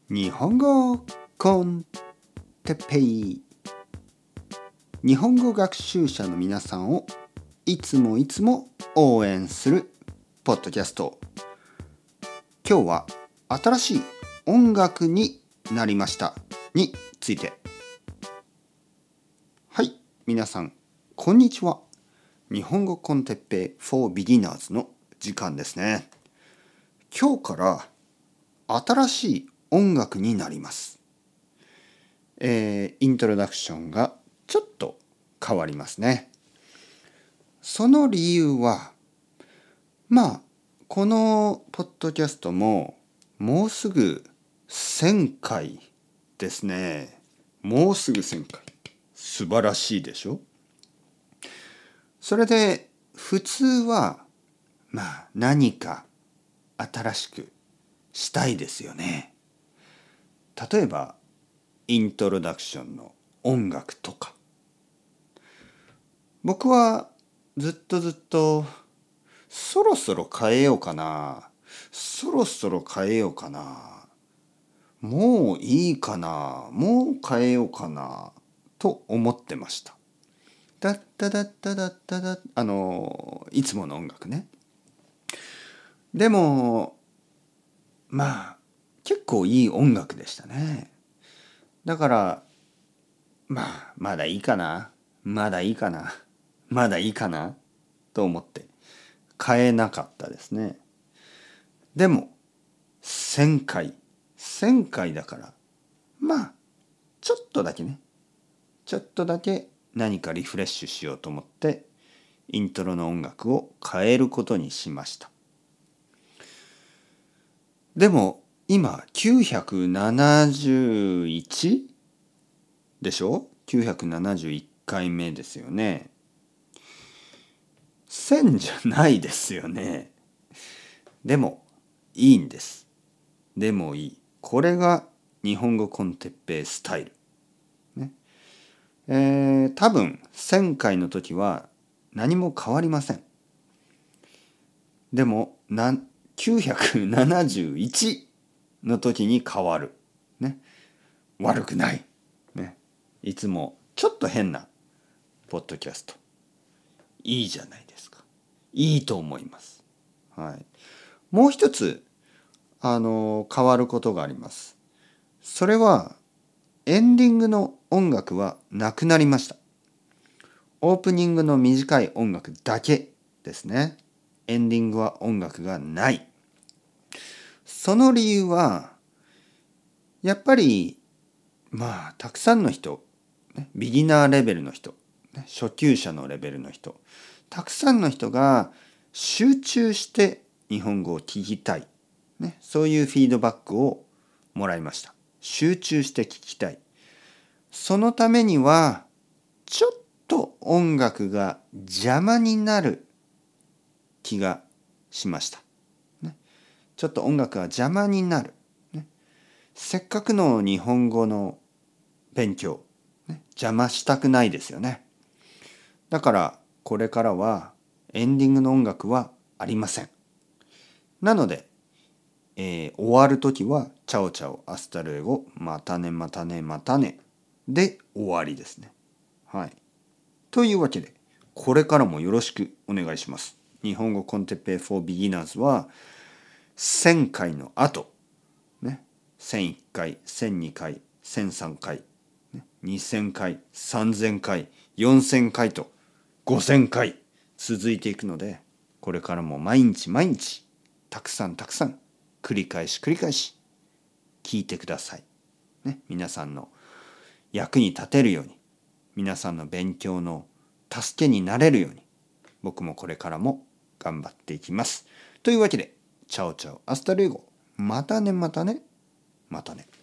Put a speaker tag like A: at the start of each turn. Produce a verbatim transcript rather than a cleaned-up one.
A: 日本語コンテッペイ。日本語学習者の皆さんをいつもいつも応援するポッドキャスト。今日は新しい音楽になりましたについて。はい、皆さんこんにちは。日本語コンテッペイ for beginners の時間ですね。今日から新しい音楽になります。えー、イントロダクションがちょっと変わりますね。その理由は、まあこのポッドキャストももうすぐせんかいですね。もうすぐせんかい。素晴らしいでしょ。それで普通はまあ何か新しくしたいですよね。例えばイントロダクションの音楽とか。僕はずっとずっとそろそろ変えようかな、そろそろ変えようかな、もういいかな、もう変えようかなと思ってました。だっただっただっただあのいつもの音楽ね。でもまあ結構いい音楽でしたね。だからまあまだいいかなまだいいかなまだいいかなと思って変えなかったですね。でもせんかいせんかいだからまあちょっとだけねちょっとだけ何かリフレッシュしようと思ってイントロの音楽を変えることにしました。でも今きゅうひゃくななじゅういちでしょ。きゅうひゃくななじゅういっかいめですよね。せんじゃないですよね。でもいいんです。でもいい。これが日本語コンテッペイスタイル。ね。えー、多分せんかいの時は何も変わりません。でもなきゅうひゃくななじゅういちの時に変わる。ね。悪くない。ね。いつもちょっと変なポッドキャスト。いいじゃないですか。いいと思います。はい。もう一つあの変わることがあります。それはエンディングの音楽はなくなりました。オープニングの短い音楽だけですね。エンディングは音楽がない。その理由はやっぱりまあたくさんの人、ビギナーレベルの人、初級者のレベルの人、たくさんの人が集中して日本語を聞きたい、ね、そういうフィードバックをもらいました。集中して聞きたい。そのためにはちょっと音楽が邪魔になる気がしました。ね、ちょっと音楽が邪魔になる。ね、せっかくの日本語の勉強、ね、邪魔したくないですよね。だからこれからはエンディングの音楽はありません。なので、えー、終わるときはチャオチャオアスタルエゴまたねまたねまたねで終わりですね。はい。というわけでこれからもよろしくお願いします。日本語コンテッペイ for beginners はせんかいの後、ね、せんいっかい、せんにかい、せんさんかい、ね、にせんかい、さんぜんかい、よんせんかいとごせんかい続いていくので、これからも毎日毎日たくさんたくさん繰り返し繰り返し聞いてください。ね、皆さんの役に立てるように、皆さんの勉強の助けになれるように、僕もこれからも頑張っていきます。というわけで、チャオチャオアスタルエゴ。またねまたねまたね。